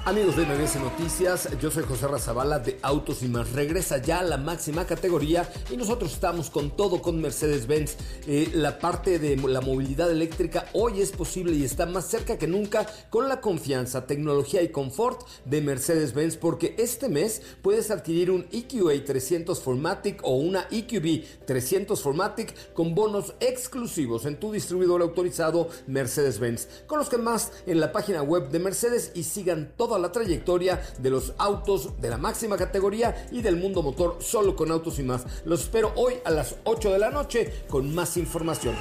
Amigos de MBS Noticias, yo soy José Razabala de Autos y Más. Regresa ya a la máxima categoría y nosotros estamos con todo con Mercedes-Benz. La parte de la movilidad eléctrica hoy es posible y está más cerca que nunca con la confianza, tecnología y confort de Mercedes-Benz, porque este mes puedes adquirir un EQA 300 4MATIC o una EQB 300 4MATIC con bonos exclusivos en tu distribuidor autorizado Mercedes-Benz. Conozcan más en la página web de Mercedes y sigan toda la trayectoria de los autos de la máxima categoría y del mundo motor solo con Autos y Más. Los espero hoy a las 8 de la noche con más información.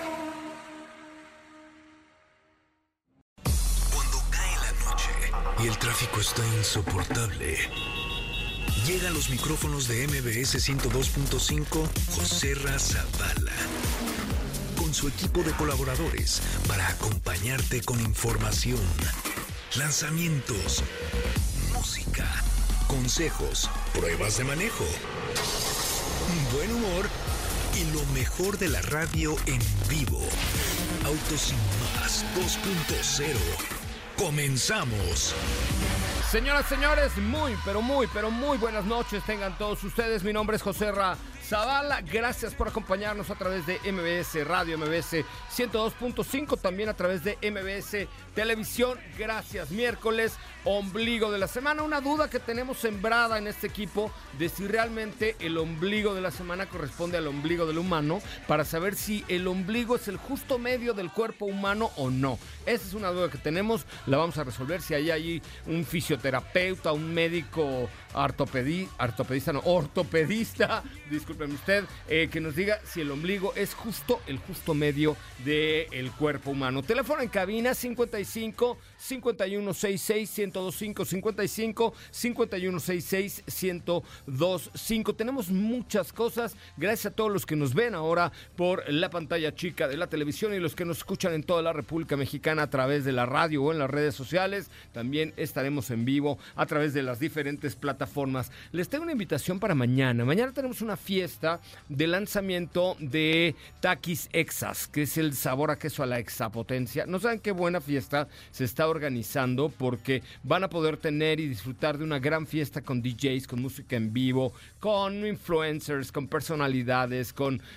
Cuando cae la noche y el tráfico está insoportable, llegan los micrófonos de MBS 102.5 José Razabala con su equipo de colaboradores para acompañarte con información, lanzamientos, música, consejos, pruebas de manejo, buen humor y lo mejor de la radio en vivo. Autos y Más 2.0. ¡Comenzamos! Señoras, señores, muy buenas noches tengan todos ustedes. Mi nombre es José Razabala. Gracias por acompañarnos a través de MBS Radio, MBS 102.5, también a través de MBS Televisión. Gracias. Miércoles, ombligo de la semana. Una duda que tenemos sembrada en este equipo de si realmente el ombligo de la semana corresponde al ombligo del humano, para saber si el ombligo es el justo medio del cuerpo humano o no. Esa es una duda que tenemos, la vamos a resolver. Si hay allí un fisioterapeuta, un médico ortopedista, discúlpeme usted, que nos diga si el ombligo es el justo medio del cuerpo humano. Teléfono en cabina 55 5166 1025, 55 5166 1025. Tenemos muchas cosas. Gracias a todos los que nos ven ahora por la pantalla chica de la televisión y los que nos escuchan en toda la República Mexicana a través de la radio o en las redes sociales. También estaremos en vivo a través de las diferentes plataformas. Les tengo una invitación para mañana. Mañana tenemos una fiesta de lanzamiento de Takis Exas, que es el sabor a queso a la exapotencia. No saben qué buena fiesta se está organizando, porque van a poder tener y disfrutar de una gran fiesta con DJs, con música en vivo, con influencers, con personalidades,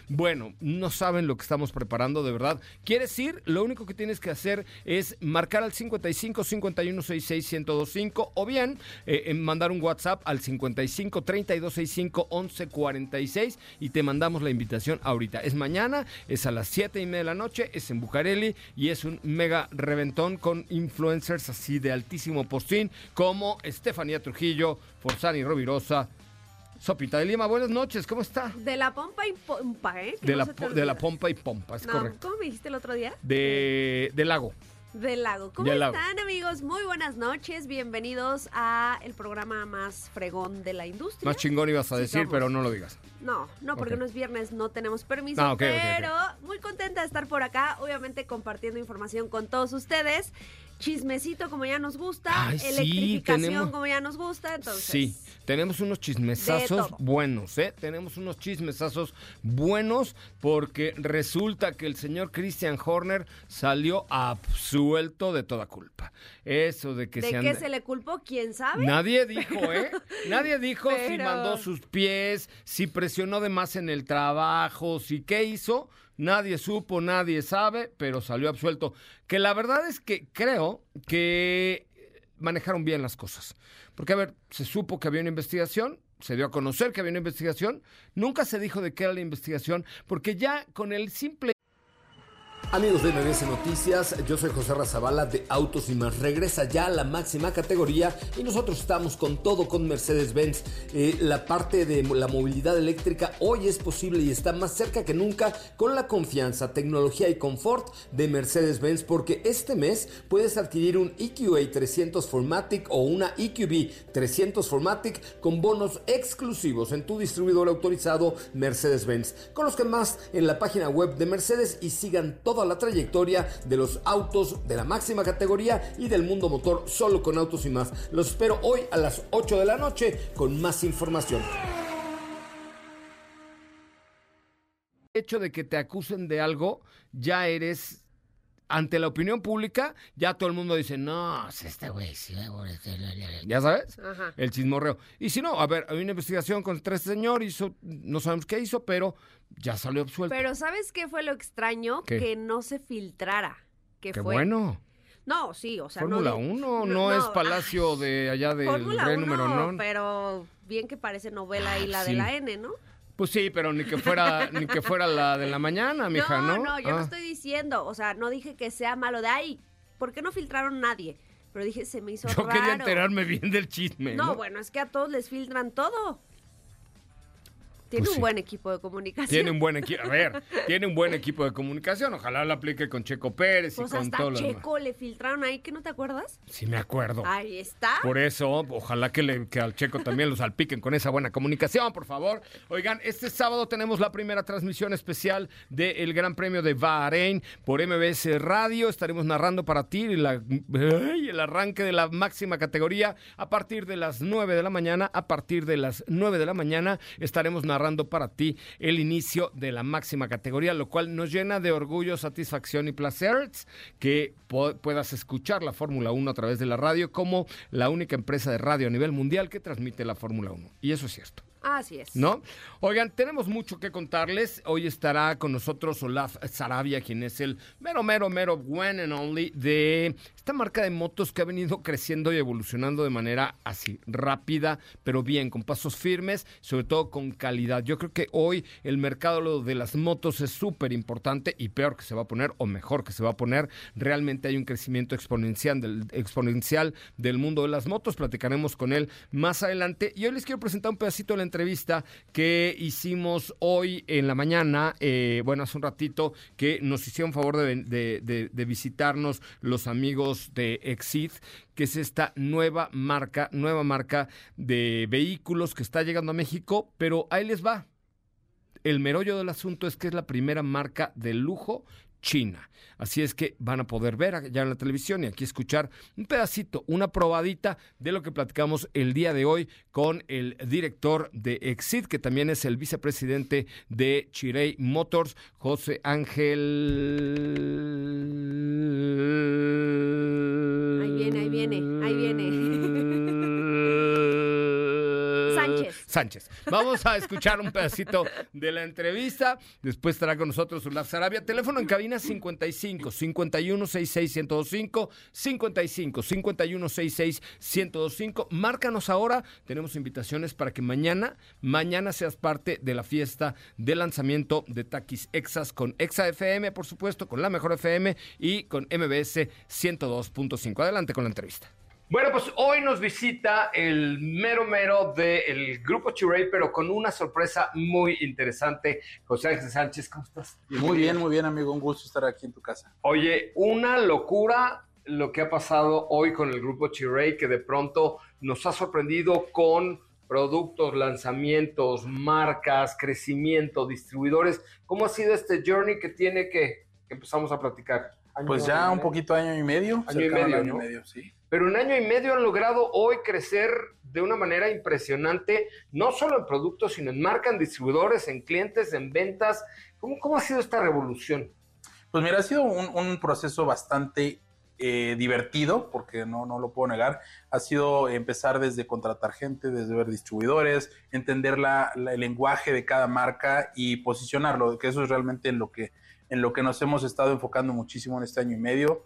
no saben lo que estamos preparando, de verdad. ¿Quieres ir? Lo único que tienes que hacer es marcar al 55 51 66 1025 o bien mandar un WhatsApp al 55 32 65 11 46 y te mandamos la invitación ahorita. Es mañana, es a las 7:30 de la noche, es en Bucareli y es un mega reventón con influencers así de altísimo postín como Estefanía Trujillo, Forzani Rovirosa, Sopita de Lima. Buenas noches, ¿cómo está? De la pompa y pompa, ¿eh? De la pompa y pompa, es correcto. ¿Cómo me dijiste el otro día? Del lago. Del lago. ¿Cómo están, amigos? Muy buenas noches. Bienvenidos a el programa más fregón de la industria. Más chingón ibas a decir, somos. Pero no lo digas. No, porque no es viernes, no tenemos permiso, pero muy contenta de estar por acá, obviamente compartiendo información con todos ustedes. Chismecito como ya nos gusta, electrificación como ya nos gusta, entonces... Sí, tenemos unos chismesazos buenos, Tenemos unos chismesazos buenos porque resulta que el señor Christian Horner salió absuelto de toda culpa. Eso de que ¿De qué se le culpó? ¿Quién sabe? Nadie dijo, Nadie dijo si mandó sus pies, si presionó de más en el trabajo, si qué hizo. Nadie supo, nadie sabe, pero salió absuelto. Que la verdad es que creo que manejaron bien las cosas. Porque, a ver, se supo que había una investigación, se dio a conocer que había una investigación, nunca se dijo de qué era la investigación, porque ya con el simple... Amigos de MBS Noticias, yo soy José Razabala de Autos y Más. Regresa ya a la máxima categoría y nosotros estamos con todo con Mercedes-Benz. La parte de la movilidad eléctrica hoy es posible y está más cerca que nunca con la confianza, tecnología y confort de Mercedes-Benz, porque este mes puedes adquirir un EQA 300 4MATIC o una EQB 300 4MATIC con bonos exclusivos en tu distribuidor autorizado Mercedes-Benz. Conozcan más en la página web de Mercedes y sigan toda la trayectoria de los autos de la máxima categoría y del mundo motor solo con Autos y Más. Los espero hoy a las 8 de la noche con más información. El hecho de que te acusen de algo, ya eres ante la opinión pública, ya todo el mundo dice, no, este güey, sí, ya sabes, ajá, el chismorreo. Y si no, a ver, hay una investigación contra este señor, no sabemos qué hizo, pero ya salió absuelto. Pero ¿sabes qué fue lo extraño? ¿Qué? Que no se filtrara. Qué bueno. No, sí, o sea, Fórmula 1 no es Palacio de allá del Rey número 1. Pero bien que parece novela ahí la sí. de la N, ¿no? Pues sí, pero ni que fuera la de la mañana, mija, ¿no? No, yo no estoy diciendo, o sea, no dije que sea malo de ahí. ¿Por qué no filtraron nadie? Pero dije, se me hizo raro. Yo quería enterarme bien del chisme, ¿no? No, bueno, es que a todos les filtran todo. Tiene pues un buen equipo de comunicación. Tiene un buen equipo. A ver, tiene un buen equipo de comunicación. Ojalá lo aplique con Checo Pérez pues y con todo lo demás. Checo le filtraron ahí, ¿que no te acuerdas? Sí, me acuerdo. Ahí está. Por eso, ojalá que al Checo también lo salpiquen con esa buena comunicación, por favor. Oigan, este sábado tenemos la primera transmisión especial del Gran Premio de Bahrein por MBS Radio. Estaremos narrando para ti el arranque de la máxima categoría a partir de las 9 de la mañana. A partir de las 9 de la mañana estaremos narrando para ti el inicio de la máxima categoría, lo cual nos llena de orgullo, satisfacción y placer que puedas escuchar la Fórmula 1 a través de la radio como la única empresa de radio a nivel mundial que transmite la Fórmula 1. Y eso es cierto. Así es. ¿No? Oigan, tenemos mucho que contarles. Hoy estará con nosotros Olaf Sarabia, quien es el mero one and only de esta marca de motos que ha venido creciendo y evolucionando de manera así rápida, pero bien, con pasos firmes, sobre todo con calidad. Yo creo que hoy el mercado de las motos es súper importante y peor que se va a poner, o mejor que se va a poner. Realmente hay un crecimiento exponencial del mundo de las motos. Platicaremos con él más adelante. Y hoy les quiero presentar un pedacito de la entrevista que hicimos hoy en la mañana, hace un ratito, que nos hicieron favor de visitarnos los amigos de Exid, que es esta nueva marca de vehículos que está llegando a México, pero ahí les va. El merollo del asunto es que es la primera marca de lujo china. Así es que van a poder ver ya en la televisión y aquí escuchar un pedacito, una probadita de lo que platicamos el día de hoy con el director de Exid, que también es el vicepresidente de Chery Motors, José Ángel... Ahí viene. Sánchez. Vamos a escuchar un pedacito de la entrevista. Después estará con nosotros Olaf Sarabia. Teléfono en cabina 55 51 66 1025 55 51 66 1025. Márcanos ahora. Tenemos invitaciones para que mañana seas parte de la fiesta de lanzamiento de Takis Exas con Exa FM, por supuesto, con la mejor FM y con MBS 102.5. Adelante con la entrevista. Bueno, pues hoy nos visita el mero del Grupo Chery, pero con una sorpresa muy interesante. José Ángel Sánchez, ¿cómo estás? Muy bien, amigo. Un gusto estar aquí en tu casa. Oye, una locura lo que ha pasado hoy con el Grupo Chery, que de pronto nos ha sorprendido con productos, lanzamientos, marcas, crecimiento, distribuidores. ¿Cómo ha sido este journey que tiene que empezamos a platicar? Pues ya un poquito año y medio. Año y medio, sí. Pero en año y medio han logrado hoy crecer de una manera impresionante, no solo en productos, sino en marca, en distribuidores, en clientes, en ventas. ¿Cómo ha sido esta revolución? Pues mira, ha sido un proceso bastante divertido, porque no lo puedo negar. Ha sido empezar desde contratar gente, desde ver distribuidores, entender el lenguaje de cada marca y posicionarlo, que eso es realmente en lo que nos hemos estado enfocando muchísimo en este año y medio.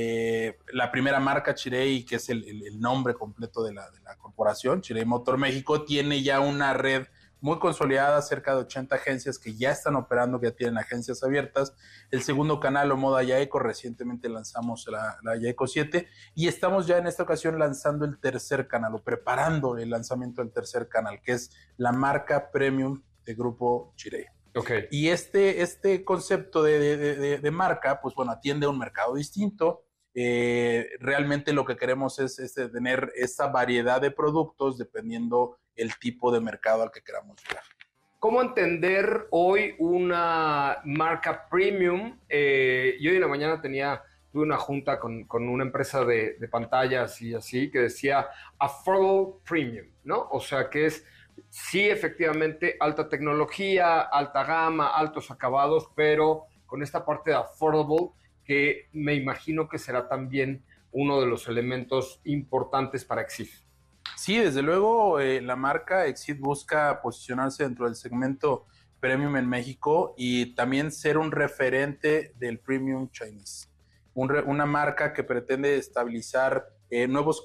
La primera marca, Chery, que es el nombre completo de la corporación, Chery Motor México, tiene ya una red muy consolidada, cerca de 80 agencias que ya están operando, que ya tienen agencias abiertas. El segundo canal, Omoda Yaeco, recientemente lanzamos la Yaeco 7 y estamos ya en esta ocasión lanzando el tercer canal, o preparando el lanzamiento del tercer canal, que es la marca premium de Grupo Chery. Okay. Y este concepto de marca, pues bueno, atiende a un mercado distinto. Realmente lo que queremos es tener esa variedad de productos dependiendo el tipo de mercado al que queramos llegar. ¿Cómo entender hoy una marca premium? Yo hoy en la mañana tuve una junta con una empresa de pantallas y así, que decía Affordable Premium, ¿no? O sea, que es... Sí, efectivamente, alta tecnología, alta gama, altos acabados, pero con esta parte de affordable que me imagino que será también uno de los elementos importantes para Exid. Sí, desde luego la marca Exid busca posicionarse dentro del segmento premium en México y también ser un referente del premium Chinese. Una marca que pretende estabilizar nuevos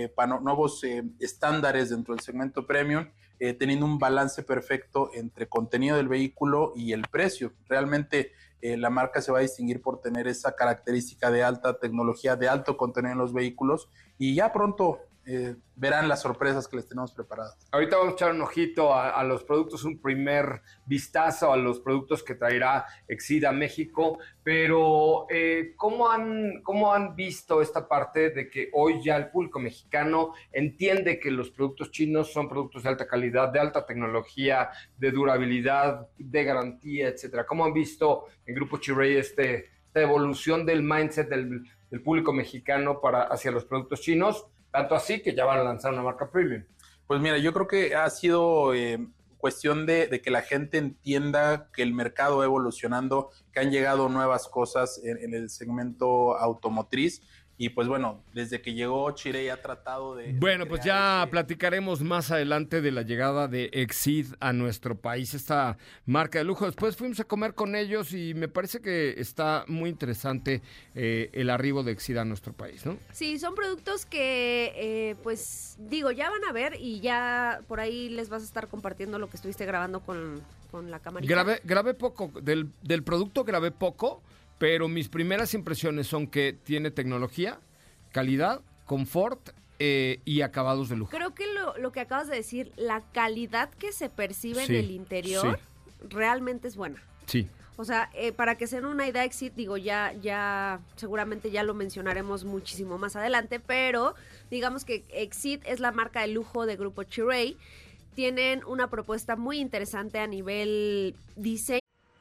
estándares dentro del segmento premium, teniendo un balance perfecto entre contenido del vehículo y el precio. Realmente la marca se va a distinguir por tener esa característica de alta tecnología, de alto contenido en los vehículos, y ya pronto verán las sorpresas que les tenemos preparadas. Ahorita vamos a echar un ojito a los productos, un primer vistazo a los productos que traerá Exid a México, pero ¿cómo han visto esta parte de que hoy ya el público mexicano entiende que los productos chinos son productos de alta calidad, de alta tecnología, de durabilidad, de garantía, etcétera? ¿Cómo han visto en Grupo Chery esta evolución del mindset del público mexicano hacia los productos chinos? Tanto así que ya van a lanzar una marca premium. Pues mira, yo creo que ha sido cuestión de que la gente entienda que el mercado va evolucionando, que han llegado nuevas cosas en el segmento automotriz. Y pues bueno, desde que llegó Chery ha tratado de... Bueno, pues ya platicaremos más adelante de la llegada de Exid a nuestro país, esta marca de lujo. Después fuimos a comer con ellos y me parece que está muy interesante el arribo de Exid a nuestro país, ¿no? Sí, son productos que, pues, digo, ya van a ver y ya por ahí les vas a estar compartiendo lo que estuviste grabando con la camarita. Grabé poco, del producto grabé poco, pero mis primeras impresiones son que tiene tecnología, calidad, confort y acabados de lujo. Creo que lo que acabas de decir, la calidad que se percibe en el interior realmente es buena. Sí. O sea, para que se den una idea, Exid, digo, ya seguramente ya lo mencionaremos muchísimo más adelante, pero digamos que Exid es la marca de lujo de Grupo Chery. Tienen una propuesta muy interesante a nivel diseño.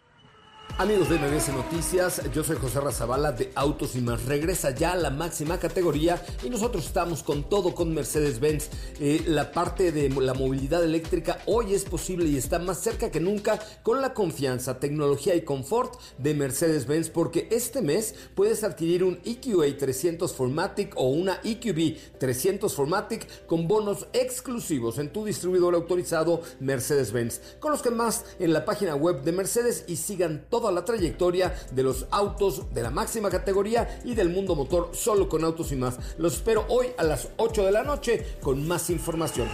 Amigos de MBS Noticias, yo soy José Razabala de Autos y Más. Regresa ya a la máxima categoría y nosotros estamos con todo con Mercedes-Benz. La parte de la movilidad eléctrica hoy es posible y está más cerca que nunca con la confianza, tecnología y confort de Mercedes-Benz, porque este mes puedes adquirir un EQA 300 4MATIC o una EQB 300 4MATIC con bonos exclusivos en tu distribuidor autorizado Mercedes-Benz. Conozcan más en la página web de Mercedes y sigan toda la trayectoria de los autos de la máxima categoría y del mundo motor solo con Autos y Más. Los espero hoy a las 8 de la noche con más información.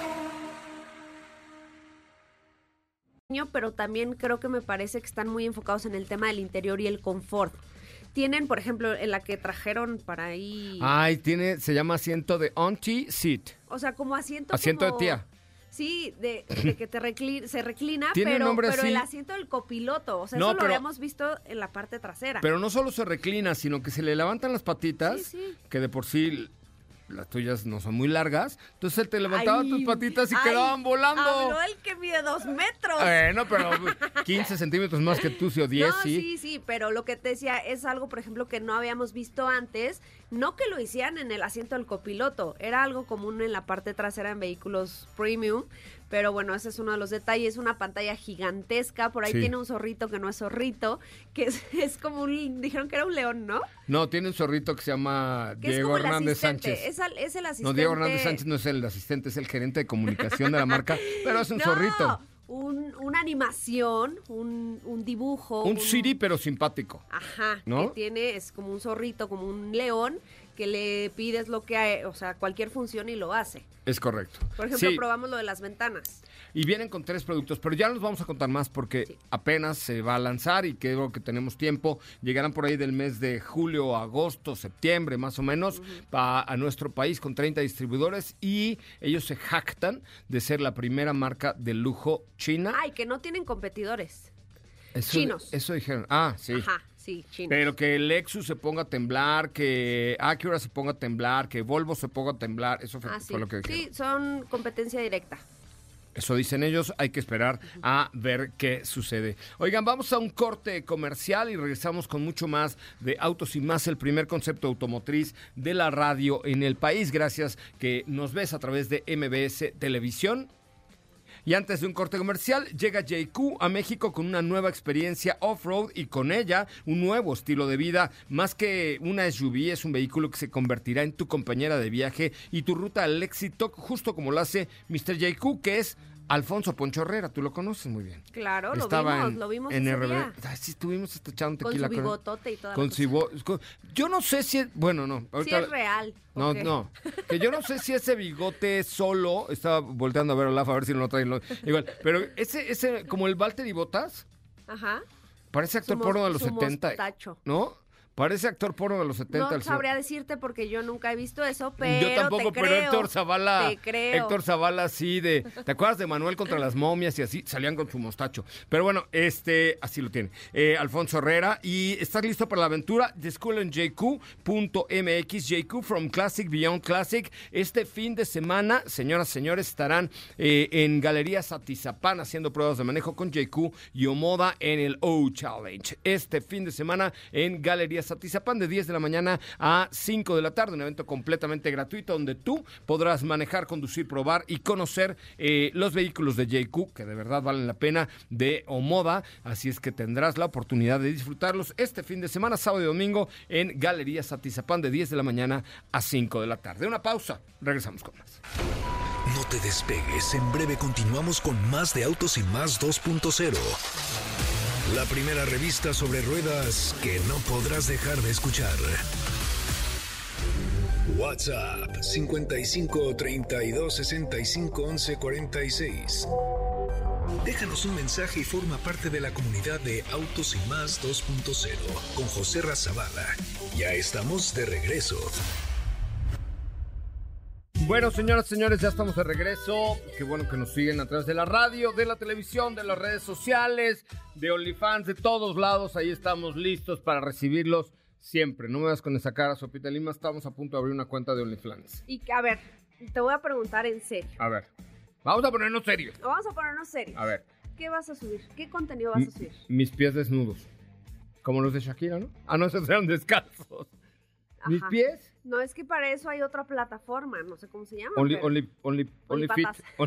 Pero también creo que me parece que están muy enfocados en el tema del interior y el confort. Tienen, por ejemplo, en la que trajeron para ahí... Ay, se llama asiento de auntie seat. O sea, como asiento de tía. Sí, de que se reclina, pero el asiento del copiloto, o sea, eso lo habíamos visto en la parte trasera. Pero no solo se reclina, sino que se le levantan las patitas, que de por sí las tuyas no son muy largas, entonces él te levantaba tus patitas y quedaban volando. Habló el que mide 2 metros. Bueno, pero 15 centímetros más que tú, o 10, no, sí, pero lo que te decía es algo, por ejemplo, que no habíamos visto antes, no que lo hicieran en el asiento del copiloto, era algo común en la parte trasera en vehículos premium, pero bueno, ese es uno de los detalles, una pantalla gigantesca, por ahí tiene un zorrito que no es zorrito, que es como dijeron que era un león, ¿no? No, tiene un zorrito que se llama Diego Hernández Sánchez. Es el asistente. No, Diego Hernández Sánchez no es el asistente, es el gerente de comunicación de la marca, pero es un zorrito. Una animación, un dibujo. Un Siri, pero simpático. Ajá, ¿no? Que es como un zorrito, como un león, que le pides cualquier función y lo hace. Es correcto. Por ejemplo, probamos lo de las ventanas. Y vienen con 3 productos, pero ya los vamos a contar más porque apenas se va a lanzar y creo que tenemos tiempo. Llegarán por ahí del mes de julio, agosto, septiembre, más o menos, a nuestro país con 30 distribuidores y ellos se jactan de ser la primera marca de lujo china. Ay, que no tienen competidores. Chinos. Eso dijeron. Sí. Ajá, sí, chinos. Pero que el Lexus se ponga a temblar, que Acura se ponga a temblar, que Volvo se ponga a temblar. Eso fue lo que dijeron. Sí, son competencia directa. Eso dicen ellos, hay que esperar a ver qué sucede. Oigan, vamos a un corte comercial y regresamos con mucho más de Autos y Más, el primer concepto automotriz de la radio en el país. Gracias que nos ves a través de MBS Televisión. Y antes de un corte comercial, llega JQ a México con una nueva experiencia off-road y con ella un nuevo estilo de vida. Más que una SUV, es un vehículo que se convertirá en tu compañera de viaje y tu ruta al éxito, justo como lo hace Mr. JQ, que es Alfonso Poncho Herrera. Tú lo conoces muy bien. Claro, lo vimos en ese RBD. día. Ay, sí, estuvimos echando tequila. Con su bigotote y toda yo no sé si... Bueno, no. Si es real. No, no. Que yo no sé si ese bigote solo... Estaba volteando a ver a Olaf a ver si no lo trae igual. Pero ese como el Valtteri Bottas. Ajá. Parece actor porno de los 70. Mostacho. ¿No? Parece actor porno de los 70. No sabría decirte porque yo nunca he visto eso, pero yo tampoco, te pero creo, Héctor Zavala. Te creo. Héctor Zavala, sí, ¿te acuerdas de Manuel contra las momias y así? Salían con su mostacho. Pero bueno, así lo tiene. Alfonso Herrera. ¿Y estás listo para la aventura? Descubren en jq.mx, JQ from Classic Beyond Classic. Este fin de semana, señoras y señores, estarán en Galerías Atizapán haciendo pruebas de manejo con JQ y Omoda en el O Challenge. Este fin de semana en Galerías Atizapán de 10 de la mañana a 5 de la tarde, un evento completamente gratuito donde tú podrás manejar, conducir, probar y conocer los vehículos de JQ, que de verdad valen la pena, de Omoda, así es que tendrás la oportunidad de disfrutarlos este fin de semana, sábado y domingo, en Galerías Atizapán de 10 de la mañana a 5 de la tarde. Una pausa, regresamos con más. No te despegues, en breve continuamos con más de Autos y Más 2.0. La primera revista sobre ruedas que no podrás dejar de escuchar. WhatsApp 55 32 65 11 46. Déjanos un mensaje y forma parte de la comunidad de Autos y Más 2.0 con José Razabala. Ya estamos de regreso. Bueno, señoras y señores, ya estamos de regreso. Qué bueno que nos siguen a través de la radio, de la televisión, de las redes sociales, de OnlyFans, de todos lados. Ahí estamos listos para recibirlos siempre. No me vas con esa cara, Sopita Lima. Estamos a punto de abrir una cuenta de OnlyFans. Y a ver, te voy a preguntar en serio. A ver, vamos a ponernos serios. Vamos a ponernos serios. A ver. ¿Qué vas a subir? ¿Qué contenido vas a subir? Mis pies desnudos. Como los de Shakira, ¿no? Ah, no, esos eran descalzos. Ajá. ¿Mis pies? No, es que para eso hay otra plataforma, no sé cómo se llama. OnlyFit.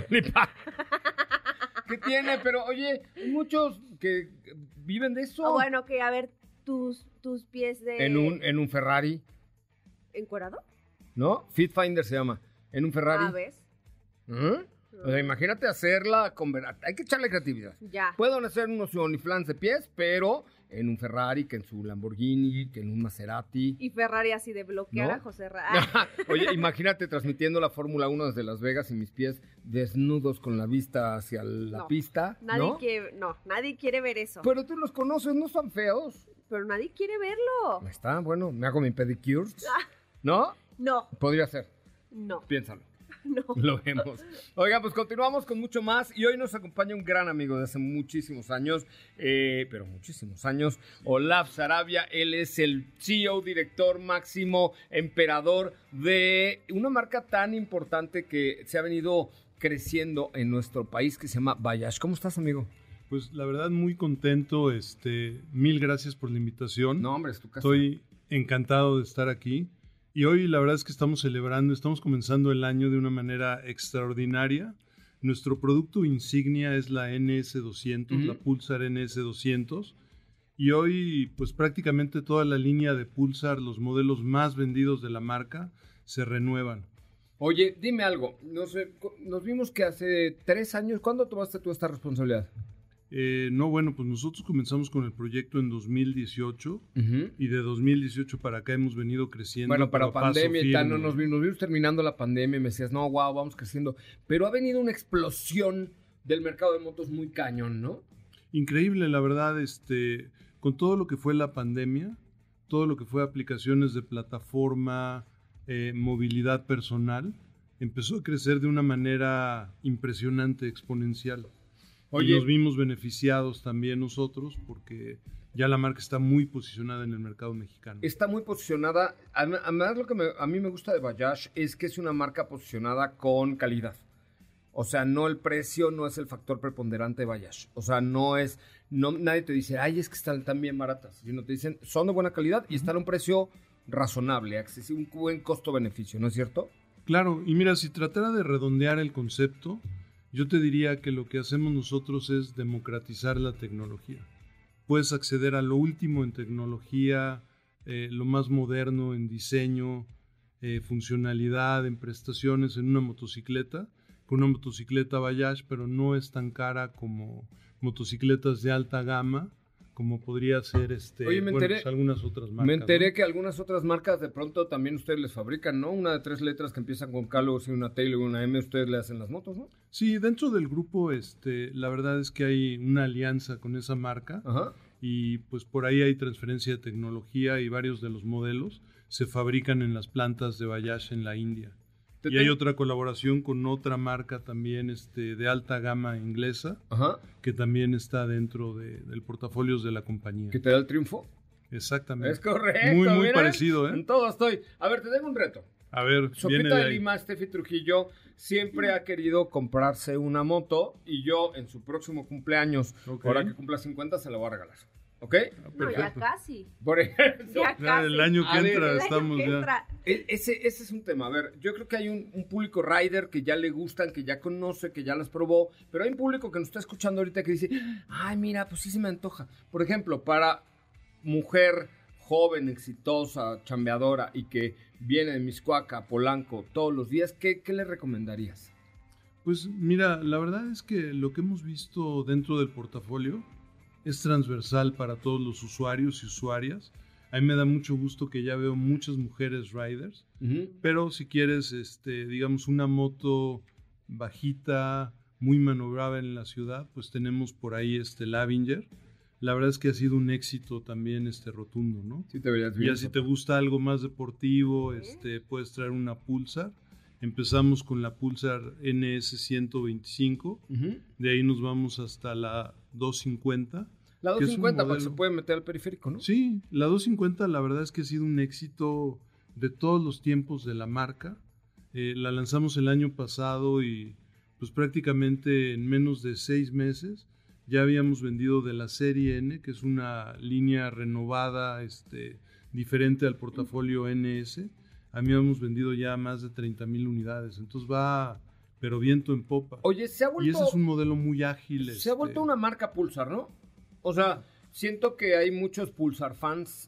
¿Qué tiene? Pero, oye, hay muchos que viven de eso. Bueno, que a ver, tus pies de... En un Ferrari. ¿Encuerado? ¿No? Fit Finder se llama. En un Ferrari. ¿Ves? O sea, imagínate hacerla con... Hay que echarle creatividad. Ya. Pueden hacer unos OnlyFans de pies, pero en un Ferrari, que en su Lamborghini, que en un Maserati. Y Ferrari así de bloquear, ¿no? A José Oye, imagínate transmitiendo la Fórmula 1 desde Las Vegas y mis pies desnudos con la vista hacia la pista. Nadie quiere ver eso. Pero tú los conoces, no son feos. Pero nadie quiere verlo. Está, bueno, me hago mi pedicures. ¿No? No. Podría ser. No. Piénsalo. No. Lo vemos. Oiga, pues continuamos con mucho más y hoy nos acompaña un gran amigo de hace muchísimos años, pero muchísimos años, Olaf Sarabia. Él es el CEO, director máximo, emperador de una marca tan importante que se ha venido creciendo en nuestro país que se llama Bayash. ¿Cómo estás, amigo? Pues la verdad muy contento, mil gracias por la invitación. No, hombre, es tu casa. Estoy encantado de estar aquí. Y hoy la verdad es que estamos comenzando el año de una manera extraordinaria. Nuestro producto insignia es la NS200, la Pulsar NS200. Y hoy pues prácticamente toda la línea de Pulsar, los modelos más vendidos de la marca, se renuevan. Oye, dime algo. Nos vimos que hace 3 años, ¿cuándo tomaste tú esta responsabilidad? Pues nosotros comenzamos con el proyecto en 2018 y de 2018 para acá hemos venido creciendo. Bueno, para pandemia y tal, nos vimos terminando la pandemia y me decías, no, wow, vamos creciendo. Pero ha venido una explosión del mercado de motos muy cañón, ¿no? Increíble, la verdad, con todo lo que fue la pandemia, todo lo que fue aplicaciones de plataforma, movilidad personal, empezó a crecer de una manera impresionante, exponencial. Oye, y nos vimos beneficiados también nosotros porque ya la marca está muy posicionada en el mercado mexicano. Está muy posicionada. Además, lo que a mí me gusta de Bayash es que es una marca posicionada con calidad. O sea, no el precio no es el factor preponderante de Bayash. O sea, nadie te dice, ay, es que están tan bien baratas. Sino te dicen, son de buena calidad y están a un precio razonable, accesible, un buen costo-beneficio, ¿no es cierto? Claro, y mira, si tratara de redondear el concepto, Yo te diría que lo que hacemos nosotros es democratizar la tecnología. Puedes acceder a lo último en tecnología, lo más moderno en diseño, funcionalidad, en prestaciones en una motocicleta, con una motocicleta Bayash, pero no es tan cara como motocicletas de alta gama, como podría ser Oye, pues algunas otras marcas. Me enteré, ¿no? que algunas otras marcas de pronto también ustedes les fabrican, ¿no? Una de 3 letras que empiezan con K, luego sí una T y luego una M, ustedes le hacen las motos, ¿no? Sí, dentro del grupo, la verdad es que hay una alianza con esa marca. Ajá. Y pues por ahí hay transferencia de tecnología y varios de los modelos se fabrican en las plantas de Bayash en la India. Y hay otra colaboración con otra marca también de alta gama inglesa, ajá, que también está dentro del portafolio de la compañía. ¿Que te da el triunfo? Exactamente. Es correcto. Muy mira, parecido, ¿eh? En todo estoy. A ver, te tengo un reto. A ver, Sopita de Lima, Steffi Trujillo, siempre ha querido comprarse una moto y yo en su próximo cumpleaños, ahora que cumpla 50, se la voy a regalar. ¿Ok? No, ya casi. Por ejemplo. Ya casi. El año que entra estamos ya. Ese es un tema. A ver, yo creo que hay un público rider que ya le gustan, que ya conoce, que ya las probó, pero hay un público que nos está escuchando ahorita que dice, ay, mira, pues sí se me antoja. Por ejemplo, para mujer joven, exitosa, chambeadora y que viene de Mixcoaca, Polanco, todos los días, ¿qué le recomendarías? Pues mira, la verdad es que lo que hemos visto dentro del portafolio es transversal para todos los usuarios y usuarias. A mí me da mucho gusto que ya veo muchas mujeres riders, pero si quieres, digamos, una moto bajita, muy maniobrable en la ciudad, pues tenemos por ahí el Avinger. La verdad es que ha sido un éxito también rotundo, ¿no? Sí, te verías bien. Ya si te gusta algo más deportivo, puedes traer una Pulsar. Empezamos con la Pulsar NS 125, de ahí nos vamos hasta la 250. La 250, porque se puede meter al periférico, ¿no? Sí, la 250 la verdad es que ha sido un éxito de todos los tiempos de la marca. La lanzamos el año pasado y pues prácticamente en menos de 6 meses ya habíamos vendido de la serie N, que es una línea renovada, diferente al portafolio NS. A mí hemos vendido ya más de 30,000 unidades, entonces va, pero viento en popa. Oye, se ha vuelto... Y ese es un modelo muy ágil. Se ha vuelto una marca Pulsar, ¿no? O sea, siento que hay muchos Pulsar fans,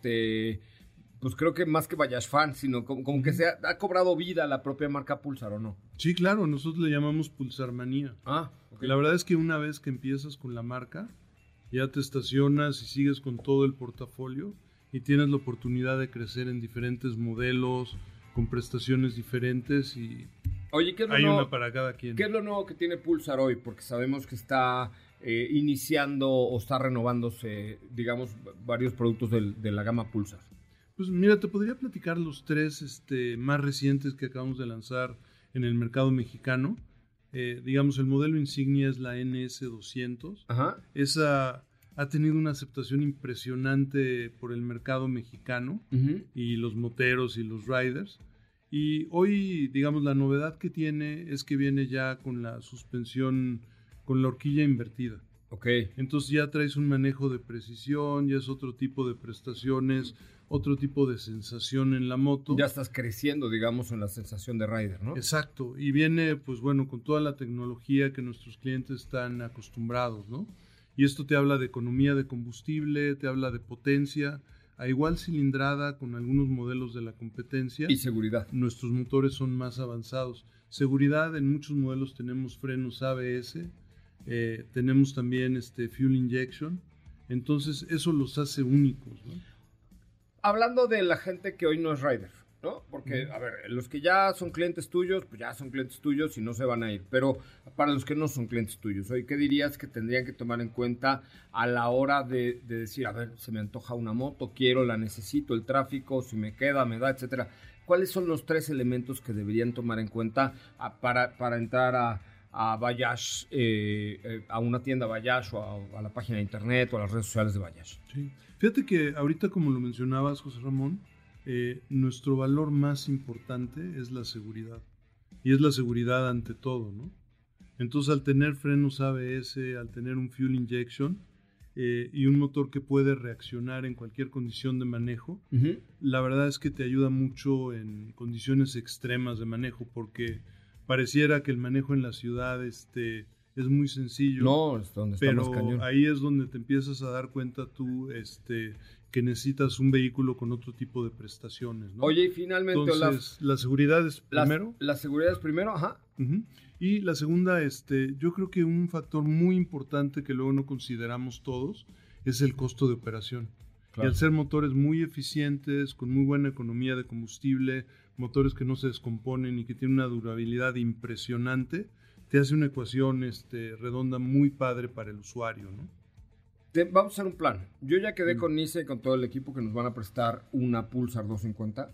pues creo que más que Bayash fans, sino como que se ha cobrado vida la propia marca Pulsar, ¿o no? Sí, claro, nosotros le llamamos Pulsarmanía. Ah, okay. La verdad es que una vez que empiezas con la marca, ya te estacionas y sigues con todo el portafolio y tienes la oportunidad de crecer en diferentes modelos, con prestaciones diferentes y oye, ¿qué es hay una para cada quien. ¿Qué es lo nuevo que tiene Pulsar hoy? Porque sabemos que está iniciando o está renovándose, digamos, varios productos de la gama Pulsar. Pues mira, te podría platicar los 3 más recientes que acabamos de lanzar en el mercado mexicano. Digamos, el modelo insignia es la NS200. Ajá. Esa ha tenido una aceptación impresionante por el mercado mexicano y los moteros y los riders. Y hoy, digamos, la novedad que tiene es que viene ya con la suspensión, con la horquilla invertida. Ok. Entonces ya traes un manejo de precisión, ya es otro tipo de prestaciones, otro tipo de sensación en la moto. Ya estás creciendo, digamos, en la sensación de rider, ¿no? Exacto. Y viene, pues bueno, con toda la tecnología que nuestros clientes están acostumbrados, ¿no? Y esto te habla de economía de combustible, te habla de potencia, a igual cilindrada con algunos modelos de la competencia. Y seguridad. Nuestros motores son más avanzados. Seguridad, en muchos modelos tenemos frenos ABS, tenemos también fuel injection. Entonces eso los hace únicos, ¿no? Hablando de la gente que hoy no es rider, ¿no? Porque, a ver, los que ya son clientes tuyos, pues ya son clientes tuyos y no se van a ir. Pero para los que no son clientes tuyos, hoy, ¿qué dirías que tendrían que tomar en cuenta a la hora de decir, a ver, se me antoja una moto, quiero, la necesito, el tráfico, si me queda, me da, etcétera? ¿Cuáles son los 3 elementos que deberían tomar en cuenta para entrar a Bayash, a una tienda Bayash o a la página de internet o a las redes sociales de Bayash? Sí. Fíjate que ahorita, como lo mencionabas, José Ramón, nuestro valor más importante es la seguridad. Y es la seguridad ante todo, ¿no? Entonces, al tener frenos ABS, al tener un fuel injection y un motor que puede reaccionar en cualquier condición de manejo, la verdad es que te ayuda mucho en condiciones extremas de manejo, porque pareciera que el manejo en la ciudad es muy sencillo. No, es donde está más cañón. Pero ahí es donde te empiezas a dar cuenta tú que necesitas un vehículo con otro tipo de prestaciones, ¿no? Oye, y finalmente, entonces, la seguridad es primero. La seguridad es primero, ajá. Uh-huh. Y la segunda, yo creo que un factor muy importante que luego no consideramos todos es el costo de operación. Claro. Y al ser motores muy eficientes, con muy buena economía de combustible, motores que no se descomponen y que tienen una durabilidad impresionante, te hace una ecuación redonda muy padre para el usuario, ¿no? Vamos a hacer un plan. Yo ya quedé con Nissan y con todo el equipo que nos van a prestar una Pulsar 250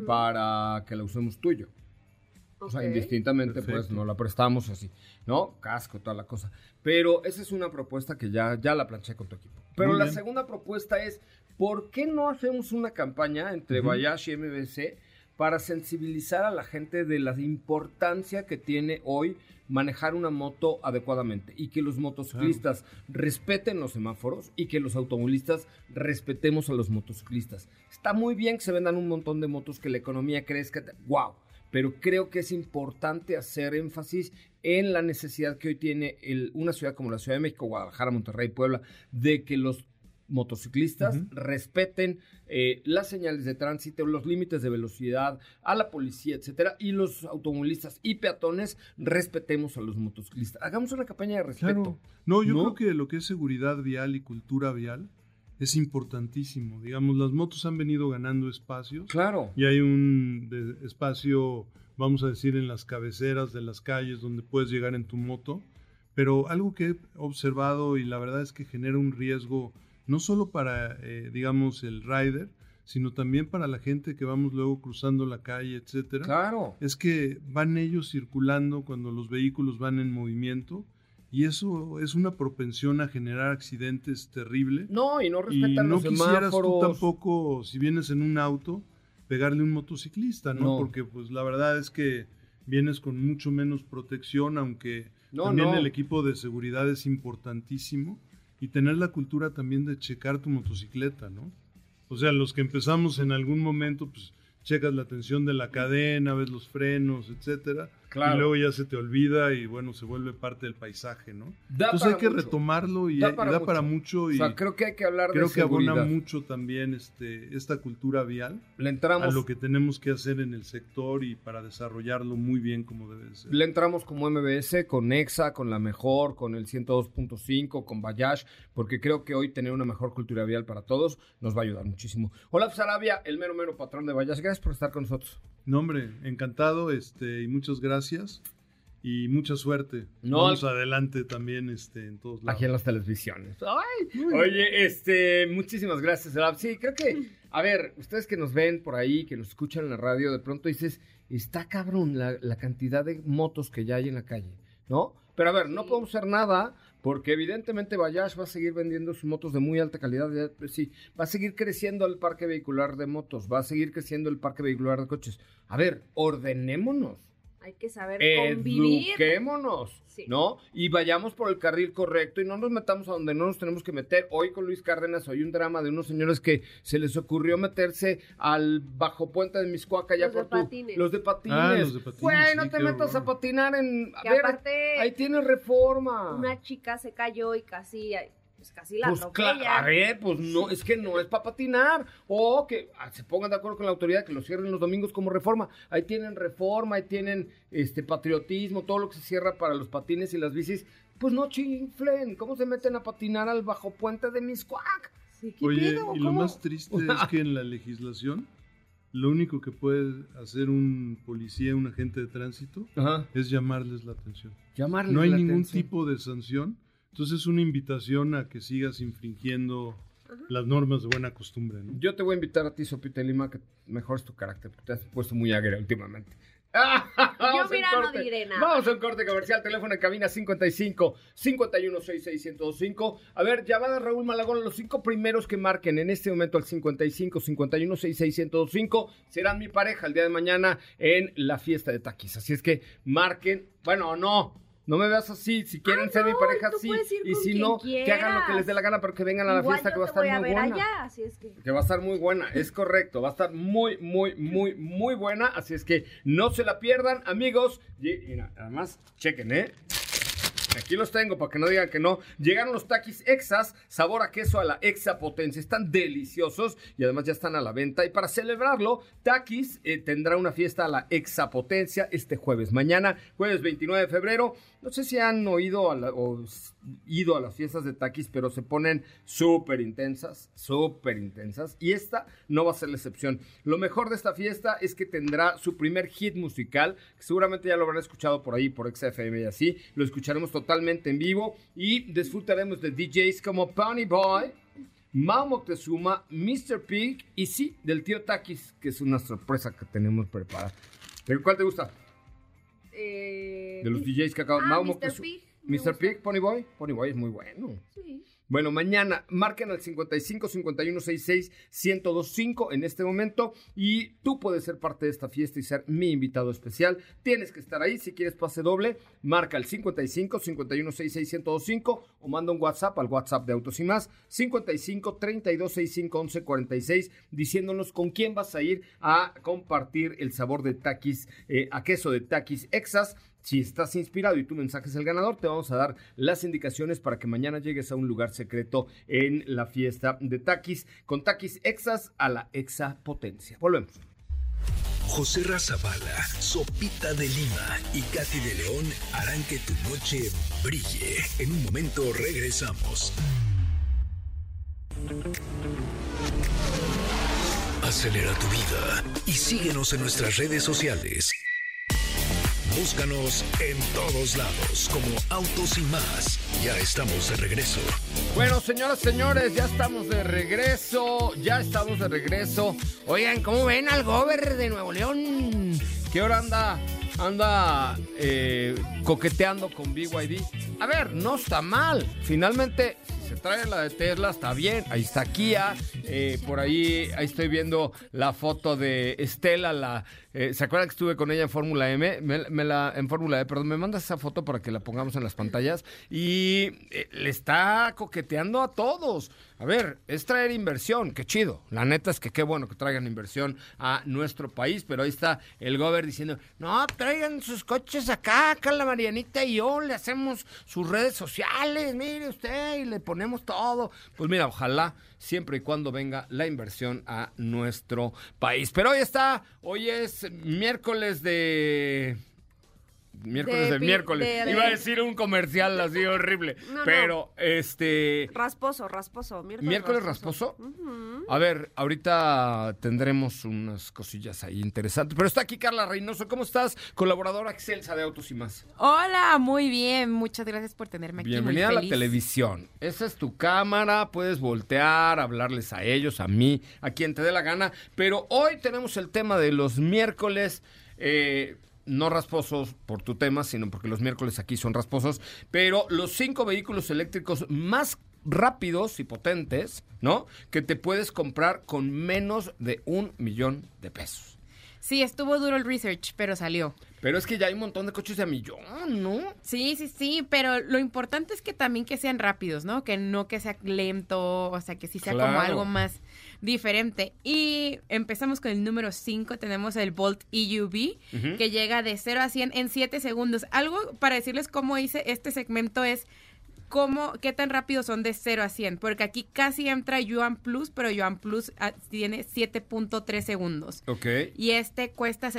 para que la usemos tú y yo. Okay. O sea, indistintamente, perfecto, pues no la prestamos así, ¿no? Casco, toda la cosa. Pero esa es una propuesta que ya la planché con tu equipo. Pero la segunda propuesta es, ¿por qué no hacemos una campaña entre Bayash y MBC para sensibilizar a la gente de la importancia que tiene hoy manejar una moto adecuadamente y que los motociclistas respeten los semáforos y que los automovilistas respetemos a los motociclistas? Está muy bien que se vendan un montón de motos, que la economía crezca, ¡wow! Pero creo que es importante hacer énfasis en la necesidad que hoy tiene una ciudad como la Ciudad de México, Guadalajara, Monterrey, Puebla, de que los motociclistas respeten las señales de tránsito, los límites de velocidad, a la policía, etcétera, y los automovilistas y peatones respetemos a los motociclistas. Hagamos una campaña de respeto. Claro. No, yo creo que lo que es seguridad vial y cultura vial es importantísimo. Digamos, las motos han venido ganando espacios. Claro. Y hay un espacio, vamos a decir, en las cabeceras de las calles donde puedes llegar en tu moto. Pero algo que he observado y la verdad es que genera un riesgo no solo para, digamos, el rider, sino también para la gente que vamos luego cruzando la calle, etcétera. Claro. Es que van ellos circulando cuando los vehículos van en movimiento y eso es una propensión a generar accidentes terrible. No, y no respetan los semáforos. Y no quisieras tú tampoco, si vienes en un auto, pegarle a un motociclista, ¿no? Porque pues la verdad es que vienes con mucho menos protección, aunque también el equipo de seguridad es importantísimo. Y tener la cultura también de checar tu motocicleta, ¿no? O sea, los que empezamos en algún momento, pues checas la tensión de la cadena, ves los frenos, etcétera. Claro. Y luego ya se te olvida y bueno, se vuelve parte del paisaje, ¿no? Entonces hay que retomarlo y da para mucho. O sea, creo que hay que hablar de seguridad. Creo que abona mucho también esta cultura vial. Le entramos a lo que tenemos que hacer en el sector y para desarrollarlo muy bien como debe ser. Le entramos como MBS, con Nexa, con La Mejor, con el 102.5, con Bayash, porque creo que hoy tener una mejor cultura vial para todos nos va a ayudar muchísimo. Olaf Sarabia, el mero patrón de Bayash, gracias por estar con nosotros. No, hombre, encantado y muchas gracias y mucha suerte. Vamos adelante también en todos lados. Aquí en las televisiones. Ay, oye, muchísimas gracias, Olaf. Sí, creo que, a ver, ustedes que nos ven por ahí, que nos escuchan en la radio, de pronto dices, está cabrón la cantidad de motos que ya hay en la calle, ¿no? Pero a ver, no podemos hacer nada porque evidentemente Bayash va a seguir vendiendo sus motos de muy alta calidad. Sí, va a seguir creciendo el parque vehicular de motos, va a seguir creciendo el parque vehicular de coches. A ver, ordenémonos. Hay que saber convivir. Eduquémonos, ¿no? Y vayamos por el carril correcto y no nos metamos a donde no nos tenemos que meter. Hoy con Luis Cárdenas hay un drama de unos señores que se les ocurrió meterse al bajo puente de Miscuaca. Los de patines. Los de patines. Los de patines. Güey, no te metas a patinar en... A ver, aparte, ahí tienes Reforma. Una chica se cayó y casi la atropella. A ver, pues no, es que no es para patinar. O que se pongan de acuerdo con la autoridad que lo cierren los domingos como Reforma. Ahí tienen Reforma, ahí tienen patriotismo, todo lo que se cierra para los patines y las bicis. Pues no chiflen. ¿Cómo se meten a patinar al bajo puente de Miscuac? Sí, oye, y lo más triste es que en la legislación lo único que puede hacer un policía, un agente de tránsito, es llamarles la atención. No hay ningún tipo de sanción. Entonces es una invitación a que sigas infringiendo las normas de buena costumbre, ¿no? Yo te voy a invitar a ti, Sopita Lima, que mejores tu carácter, porque te has puesto muy agria últimamente. Yo mira, no diré nada. Vamos a un corte comercial, teléfono en cabina 55-5166-1025. A ver, llamada Raúl Malagón, los 5 primeros que marquen en este momento al 55-5166-1025 serán mi pareja el día de mañana en la fiesta de Taquis. Así es que marquen, bueno, no. No me veas así, si quieren ser mi pareja, sí, y si no, que hagan lo que les dé la gana, pero que vengan a la fiesta que va a estar muy buena. Allá, así es que va a estar muy buena, es correcto, va a estar muy, muy, muy, muy buena, así es que no se la pierdan, amigos. Y además, chequen, aquí los tengo para que no digan que no. Llegaron los Takis Exas, sabor a queso a la Exapotencia. Están deliciosos y además ya están a la venta. Y para celebrarlo, Takis tendrá una fiesta a la Exapotencia este jueves. Mañana, jueves 29 de febrero. No sé si han oído o ido a las fiestas de Takis, pero se ponen súper intensas. Y esta no va a ser la excepción. Lo mejor de esta fiesta es que tendrá su primer hit musical, que seguramente ya lo habrán escuchado por ahí, por XFM y así. Lo escucharemos totalmente en vivo y disfrutaremos de DJs como Pony Boy, Mao Moctezuma, Mr. Pig y sí, del tío Takis, que es una sorpresa que tenemos preparada. ¿Cuál te gusta? De los DJs que acabo. Mr. Pig. Mr. Pig, Pony Boy. Pony Boy es muy bueno. Sí. Bueno, mañana marquen al 55 51 66 1025 en este momento y tú puedes ser parte de esta fiesta y ser mi invitado especial. Tienes que estar ahí. Si quieres pase doble, marca al 55 51 66 1025 o manda un WhatsApp al WhatsApp de Autos y Más 55 32 65 11 46 diciéndonos con quién vas a ir a compartir el sabor de Takis, a queso de Takis Exas. Si estás inspirado y tu mensaje es el ganador, te vamos a dar las indicaciones para que mañana llegues a un lugar secreto en la fiesta de Takis, con Takis Exas a la Exapotencia. Volvemos. José Razabala, Sopita de Lima y Katy de León harán que tu noche brille. En un momento regresamos. Acelera tu vida y síguenos en nuestras redes sociales. Búscanos en todos lados como Autos y Más. Ya estamos de regreso. Bueno, señoras, señores, ya estamos de regreso. Oigan, ¿cómo ven al gober de Nuevo León? ¿Qué hora anda coqueteando con BYD? A ver, no está mal. Finalmente, si se trae la de Tesla, está bien. Ahí está Kia. Por ahí estoy viendo la foto de Estela, ¿se acuerdan que estuve con ella en Fórmula M? En Fórmula E, perdón, me mandas esa foto para que la pongamos en las pantallas. Y le está coqueteando a todos. A ver, es traer inversión, qué chido. La neta es que qué bueno que traigan inversión a nuestro país, pero ahí está el gober diciendo, no, traigan sus coches acá la Marianita y yo le hacemos sus redes sociales, mire usted, y le ponemos todo. Pues mira, ojalá siempre y cuando venga la inversión a nuestro país. Pero hoy es miércoles del miércoles. Iba a decir un comercial así horrible. Pero Rasposo. ¿Miércoles rasposo? Uh-huh. A ver, ahorita tendremos unas cosillas ahí interesantes. Pero está aquí Carla Reynoso. ¿Cómo estás? Colaboradora excelsa de Autos y Más. Hola, muy bien. Muchas gracias por tenerme aquí. Bienvenida a la televisión. Esa es tu cámara. Puedes voltear, hablarles a ellos, a mí, a quien te dé la gana. Pero hoy tenemos el tema de los miércoles. No rasposos por tu tema, sino porque los miércoles aquí son rasposos, pero los 5 vehículos eléctricos más rápidos y potentes, ¿no? Que te puedes comprar con menos de $1,000,000. Sí, estuvo duro el research, pero salió. Pero es que ya hay un montón de coches de $1,000,000, ¿no? Sí, pero lo importante es que también que sean rápidos, ¿no? Que no que sea lento, o sea, que sí sea como algo más diferente. Y empezamos con el número 5, tenemos el Bolt EUV, uh-huh, que llega de 0 a 100 en 7 segundos. Algo para decirles cómo hice este segmento es qué tan rápido son de 0 a 100, porque aquí casi entra Yuan Plus, pero Yuan Plus tiene 7.3 segundos. Ok. Y cuesta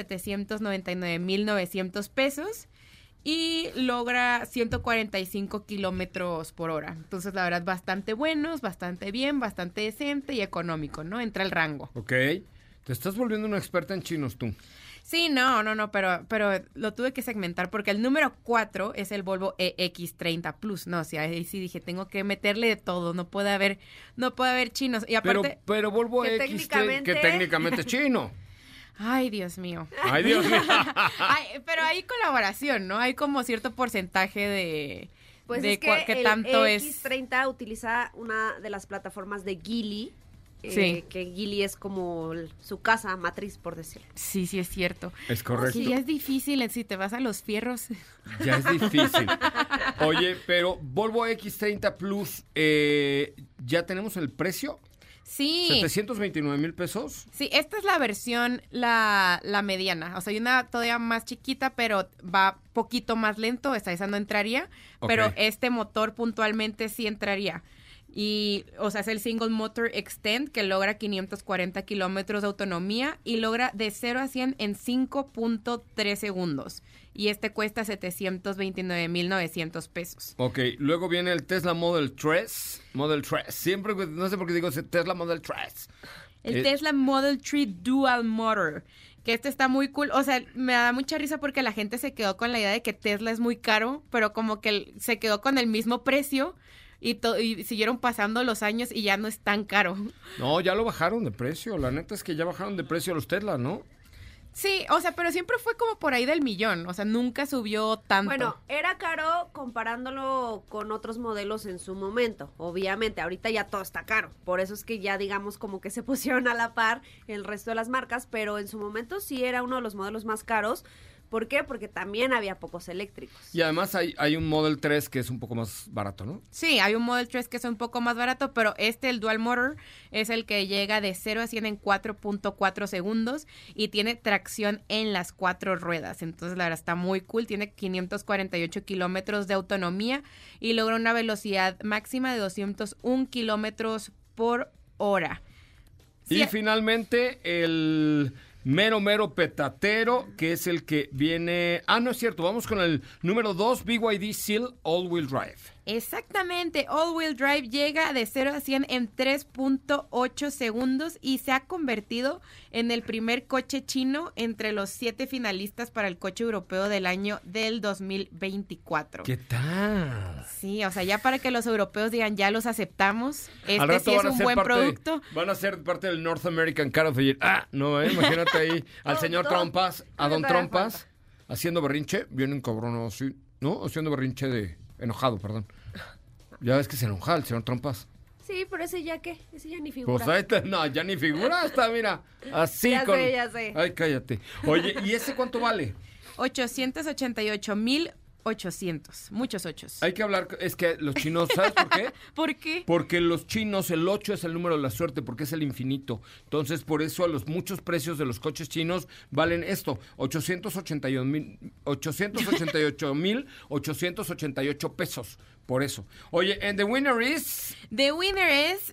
$799,900 y logra 145 kilómetros por hora. Entonces, la verdad, bastante buenos, bastante bien, bastante decente y económico, ¿no? Entra el rango. Ok. Te estás volviendo una experta en chinos tú. Sí, no, pero lo tuve que segmentar porque el número 4 es el Volvo EX30 Plus, ¿no? O sea, ahí sí dije, tengo que meterle de todo, no puede haber chinos. Y aparte, pero Volvo EX que técnicamente es chino. Ay, Dios mío. Pero hay colaboración, ¿no? Hay como cierto porcentaje de... Pues de es que el tanto EX30 utiliza una de las plataformas de Geely, Sí. Que Geely es como su casa matriz, por decirlo. Sí, es cierto. Es correcto. Sí, es difícil, si te vas a los fierros. Ya es difícil. Oye, pero Volvo X30 Plus, ¿ya tenemos el precio? Sí. ¿729,000 pesos? Sí, esta es la versión, la mediana. O sea, hay una todavía más chiquita, pero va poquito más lento. Esa no entraría. Okay. Pero este motor puntualmente sí entraría. Y, o sea, es el Single Motor Extend, que logra 540 kilómetros de autonomía y logra de 0 a 100 en 5.3 segundos. Y este cuesta 729,900 pesos. Ok, luego viene el Tesla Model 3. Siempre, no sé por qué digo Tesla Model 3. El Tesla Model 3 Dual Motor. Que este está muy cool. O sea, me da mucha risa porque la gente se quedó con la idea de que Tesla es muy caro, pero como que se quedó con el mismo precio. Y siguieron pasando los años y ya no es tan caro. No, ya lo bajaron de precio. La neta es que ya bajaron de precio los Tesla, ¿no? Sí, o sea, pero siempre fue como por ahí del millón. O sea, nunca subió tanto. Bueno, era caro comparándolo con otros modelos en su momento. Obviamente, ahorita ya todo está caro. Por eso es que ya, digamos, como que se pusieron a la par el resto de las marcas. Pero en su momento sí era uno de los modelos más caros. ¿Por qué? Porque también había pocos eléctricos. Y además hay un Model 3 que es un poco más barato, ¿no? Sí, hay un Model 3 que es un poco más barato, pero el Dual Motor, es el que llega de 0 a 100 en 4.4 segundos y tiene tracción en las 4 ruedas. Entonces, la verdad, está muy cool. Tiene 548 kilómetros de autonomía y logra una velocidad máxima de 201 kilómetros por hora. Y finalmente, el mero petatero, que es el que viene... Ah, no es cierto, vamos con el número 2, BYD Seal All-Wheel Drive. Exactamente, All-Wheel Drive llega de 0 a 100 en 3.8 segundos y se ha convertido en el primer coche chino entre los 7 finalistas para el coche europeo del año del 2024. ¿Qué tal? Sí, o sea, ya para que los europeos digan, ya los aceptamos, sí es un buen producto. Van a ser parte del North American Car of the Year. Imagínate ahí al señor Trompas, a don Trompas, haciendo berrinche, vienen cabrones así, ¿no? Haciendo berrinche de... Enojado, perdón. Ya ves que se enoja el señor Trompas. Sí, pero ese ya ni figura. Pues ahí está, no, ya ni figura, está, mira, así ya sé. Ay, cállate. Oye, ¿y ese cuánto vale? 888,800. Muchos ochos. Hay que hablar, es que los chinos, ¿sabes por qué? ¿Por qué? Porque los chinos, el 8 es el número de la suerte, porque es el infinito. Entonces, por eso a los muchos precios de los coches chinos valen esto, 888,888 pesos. Por eso. Oye, and the winner is... The winner is...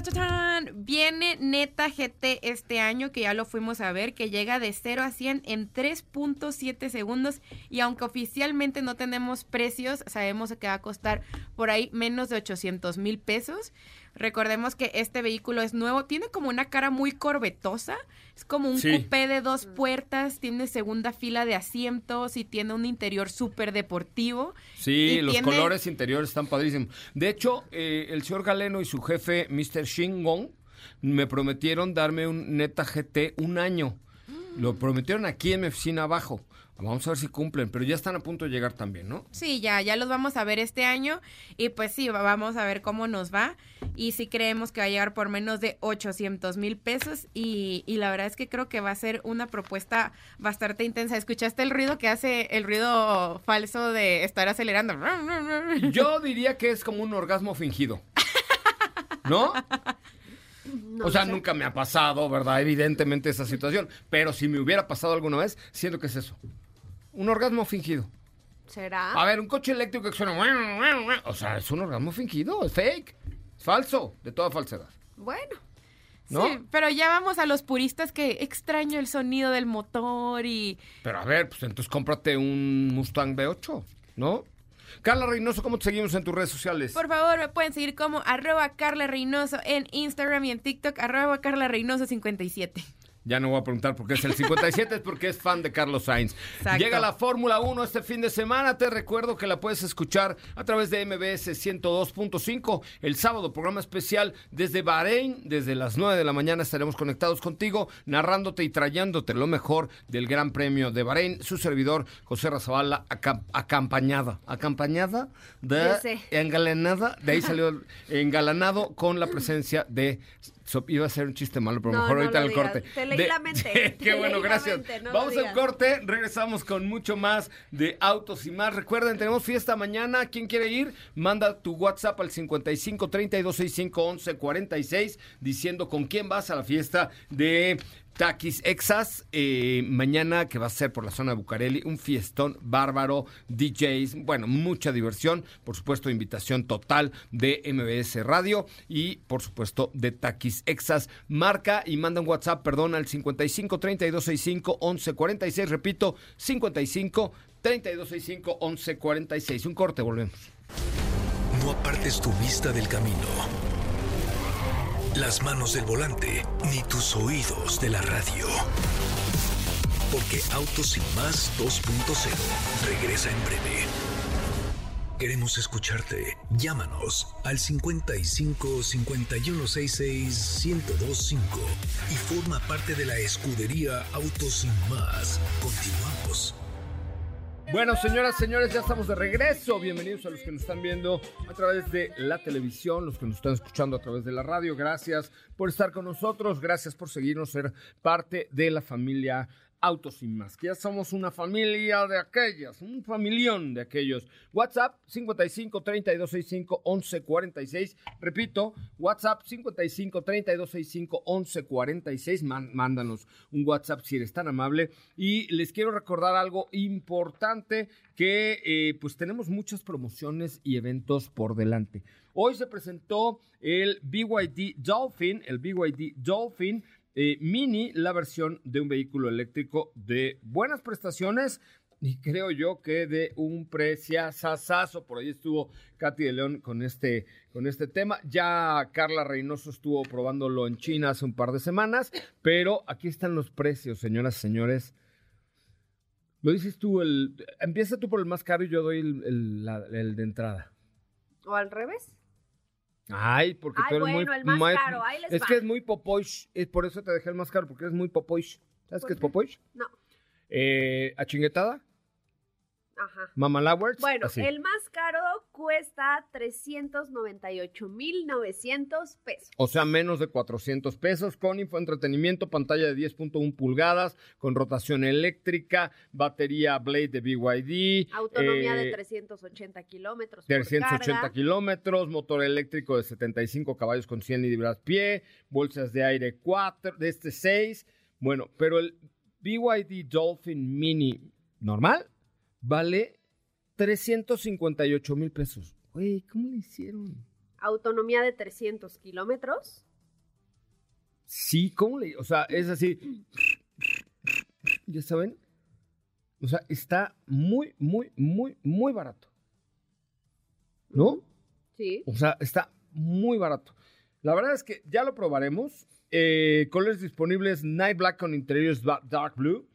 Viene Neta GT este año, que ya lo fuimos a ver, que llega de 0 a 100 en 3.7 segundos. Y aunque oficialmente no tenemos precios, sabemos que va a costar por ahí menos de 800,000 pesos. Recordemos que este vehículo es nuevo, tiene como una cara muy corbetosa, es como un coupé de 2 puertas, tiene segunda fila de asientos y tiene un interior súper deportivo. Sí, los colores interiores están padrísimos. De hecho, el señor Galeno y su jefe, Mr. Shin Gong, me prometieron darme un Neta GT un año. Lo prometieron aquí en mi oficina abajo. Vamos a ver si cumplen, pero ya están a punto de llegar también, ¿no? Sí, ya los vamos a ver este año y pues sí, vamos a ver cómo nos va y sí creemos que va a llegar por menos de 800,000 pesos y la verdad es que creo que va a ser una propuesta bastante intensa. ¿Escuchaste el ruido que hace, el ruido falso de estar acelerando? Yo diría que es como un orgasmo fingido, ¿no? No, o sea, nunca me ha pasado, ¿verdad? Evidentemente esa situación. Pero si me hubiera pasado alguna vez, siento que es eso. Un orgasmo fingido. ¿Será? A ver, un coche eléctrico que suena... O sea, es un orgasmo fingido, es fake. Es falso, de toda falsedad. Bueno. ¿No? Sí, pero ya vamos a los puristas que extraño el sonido del motor y... Pero a ver, pues entonces cómprate un Mustang V8, ¿no? Carla Reynoso, ¿cómo te seguimos en tus redes sociales? Por favor, me pueden seguir como @Carla Reynoso en Instagram y en TikTok, @Carla Reynoso 57. Ya no voy a preguntar por qué es el 57, es porque es fan de Carlos Sainz. Exacto. Llega la Fórmula 1 este fin de semana. Te recuerdo que la puedes escuchar a través de MBS 102.5. El sábado, programa especial desde Bahrein. Desde las 9 de la mañana estaremos conectados contigo, narrándote y trayéndote lo mejor del Gran Premio de Bahrein. Su servidor, José Razabala, acompañada de engalanada. De ahí salió engalanado con la presencia de Iba a ser un chiste malo, pero mejor ahorita el corte. Te leí la mente. Qué bueno, gracias. Vamos al corte, regresamos con mucho más de Autos y Más. Recuerden, tenemos fiesta mañana. ¿Quién quiere ir? Manda tu WhatsApp al 55 32 65 11 46 diciendo con quién vas a la fiesta de Takis Exas, mañana, que va a ser por la zona de Bucareli, un fiestón bárbaro, DJs, bueno, mucha diversión, por supuesto, invitación total de MBS Radio y, por supuesto, de Takis Exas. Marca y manda un WhatsApp, perdón, al 55 32 65 11 46, repito, 55 32 65 11 46. Un corte, volvemos. No apartes tu vista del camino, las manos del volante, ni tus oídos de la radio. Porque Autos y Más 2.0 regresa en breve. Queremos escucharte. Llámanos al 55 5166 1025 y forma parte de la escudería Autos y Más. Continuamos. Bueno, señoras, señores, ya estamos de regreso. Bienvenidos a los que nos están viendo a través de la televisión, los que nos están escuchando a través de la radio. Gracias por estar con nosotros, gracias por seguirnos, ser parte de la familia Autos y Más, que ya somos una familia de aquellas, un familión de aquellos. WhatsApp 55 32 65 11 46. Repito, WhatsApp 55 32 65 11 46. Mándanos un WhatsApp si eres tan amable. Y les quiero recordar algo importante, que pues tenemos muchas promociones y eventos por delante. Hoy se presentó el BYD Dolphin, Mini, la versión de un vehículo eléctrico de buenas prestaciones y creo yo que de un preciazazazo. Por ahí estuvo Katy de León con este tema. Ya Carla Reynoso estuvo probándolo en China hace un par de semanas, pero aquí están los precios, señoras y señores. Lo dices tú, empieza tú por el más caro y yo doy el de entrada. ¿O al revés? Ay, porque tú eres bueno, el más caro, ahí les es va. que es muy popoish, por eso te dejé el más caro, porque eres muy popoish. ¿Sabes qué es popoish? No. ¿Achinguetada? Ajá. Mama Lowers. Bueno, así. El más caro cuesta 398,900 pesos. O sea, menos de 400 pesos, con infoentretenimiento, pantalla de 10.1 pulgadas, con rotación eléctrica, batería Blade de BYD. Autonomía de 380 kilómetros. 380 kilómetros, motor eléctrico de 75 caballos con 100 libras-pie, bolsas de aire 4, de 6. Bueno, pero el BYD Dolphin Mini normal vale 358,000 pesos. Güey, ¿cómo le hicieron? Autonomía de 300 kilómetros. Sí, ¿cómo le...? O sea, es así. ¿Ya saben? O sea, está muy, muy, muy, muy barato. ¿No? Sí. O sea, está muy barato. La verdad es que ya lo probaremos. Colores disponibles: Night Black con interiores Dark Blue,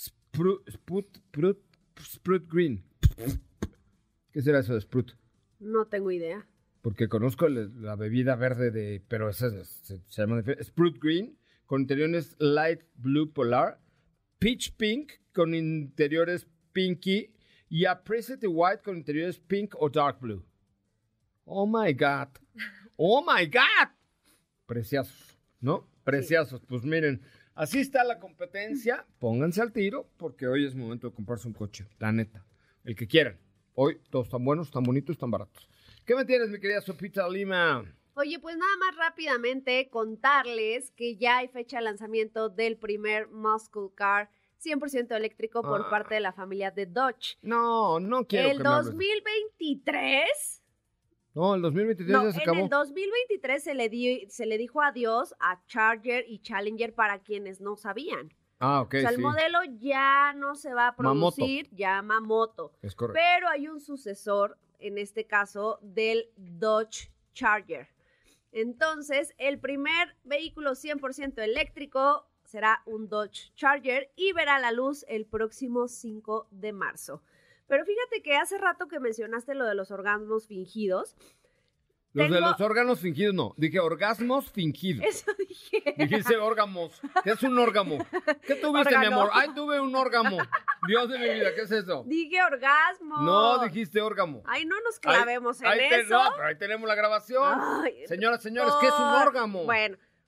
Sprut Green. ¿Qué será eso de Sprut? No tengo idea. Porque conozco la bebida verde pero esa se llama Sprut Green, con interiores Light Blue Polar, Peach Pink con interiores Pinky y Appreciate White con interiores Pink o Dark Blue. Oh my God. Oh my God. Preciosos, ¿no? Preciosos. Sí. Pues miren, así está la competencia. Pónganse al tiro porque hoy es momento de comprarse un coche. La neta. El que quieran. Hoy todos tan buenos, tan bonitos, tan baratos. ¿Qué me tienes, mi querida Sopita Lima? Oye, pues nada más rápidamente contarles que ya hay fecha de lanzamiento del primer Muscle Car 100% eléctrico por parte de la familia de Dodge. No quiero el que 2023... No, el 2023 ya se acabó. En el 2023 se le dijo adiós a Charger y Challenger para quienes no sabían. Ah, ok, o sea, el modelo ya no se va a producir, Mamoto. Es correcto. Pero hay un sucesor, en este caso, del Dodge Charger. Entonces, el primer vehículo 100% eléctrico será un Dodge Charger y verá la luz el próximo 5 de marzo. Pero fíjate que hace rato que mencionaste lo de los orgasmos fingidos. De los órganos fingidos, no. Dije orgasmos fingidos. Eso dije. Dijiste órgamos. ¿Qué es un órgamo? ¿Qué tuviste, mi amor? Ay, tuve un órgamo. Dios de mi vida, ¿qué es eso? Dije orgasmo. No, dijiste órgamo. Ay, no nos clavemos en eso. No, pero ahí tenemos la grabación. Ay, señoras, señores, ¿qué es un órgamo? Bueno,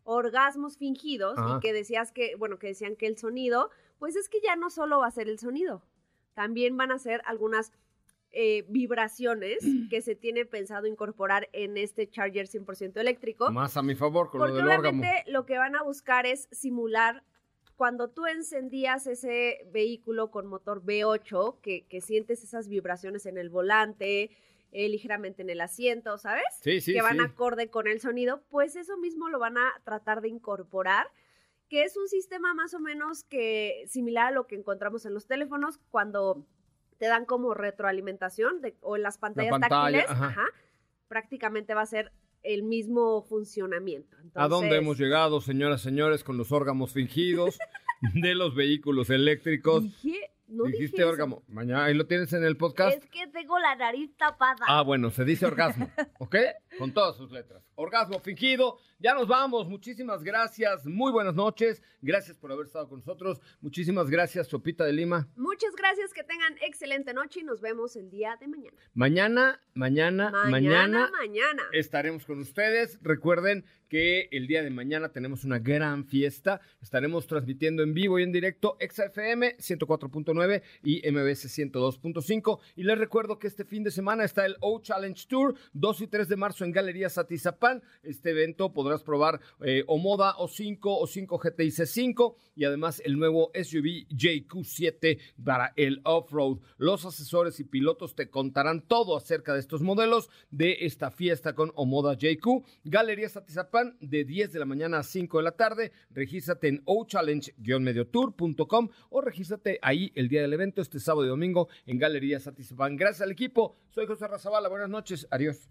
orgasmos fingidos y que decían que el sonido, pues es que ya no solo va a ser el sonido, también van a ser algunas vibraciones que se tiene pensado incorporar en este charger 100% eléctrico. Más a mi favor con lo del órgano. Porque obviamente lo que van a buscar es simular cuando tú encendías ese vehículo con motor V8, que sientes esas vibraciones en el volante, ligeramente en el asiento, ¿sabes? Sí. Que van acorde con el sonido, pues eso mismo lo van a tratar de incorporar, que es un sistema más o menos similar a lo que encontramos en los teléfonos cuando te dan como retroalimentación o en las pantallas táctiles, prácticamente va a ser el mismo funcionamiento. Entonces, ¿a dónde hemos llegado, señoras y señores, con los órganos fingidos de los vehículos eléctricos? Dijiste órgano. Mañana ahí lo tienes en el podcast. Es que tengo la nariz tapada. Ah, bueno, se dice orgasmo, ¿ok? Con todas sus letras. Orgasmo fingido. Ya nos vamos. Muchísimas gracias. Muy buenas noches. Gracias por haber estado con nosotros. Muchísimas gracias, Sopita de Lima. Muchas gracias. Que tengan excelente noche y nos vemos el día de mañana. Mañana estaremos con ustedes. Recuerden que el día de mañana tenemos una gran fiesta. Estaremos transmitiendo en vivo y en directo XFM 104.9 y MBS 102.5. Y les recuerdo que este fin de semana está el O Challenge Tour, 2 y 3 de marzo en Galerías Atizapán. Este evento podrás probar Omoda O5, O5 GTI C5 y además el nuevo SUV JQ7 para el off-road. Los asesores y pilotos te contarán todo acerca de estos modelos de esta fiesta con Omoda JQ. Galerías Atizapán de 10 de la mañana a 5 de la tarde. Regístrate en ochallenge-mediotour.com o regístrate ahí el día del evento, este sábado y domingo en Galerías Atizapán. Gracias al equipo. Soy José Razabala. Buenas noches. Adiós.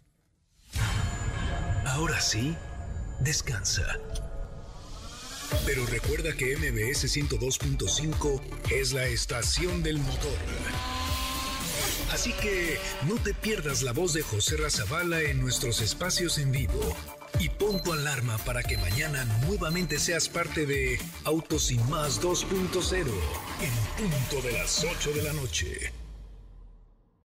Ahora sí, descansa. Pero recuerda que MBS 102.5 es la estación del motor. Así que no te pierdas la voz de José Razabala en nuestros espacios en vivo. Y pon tu alarma para que mañana nuevamente seas parte de Autos y Más 2.0 en punto de las 8 de la noche.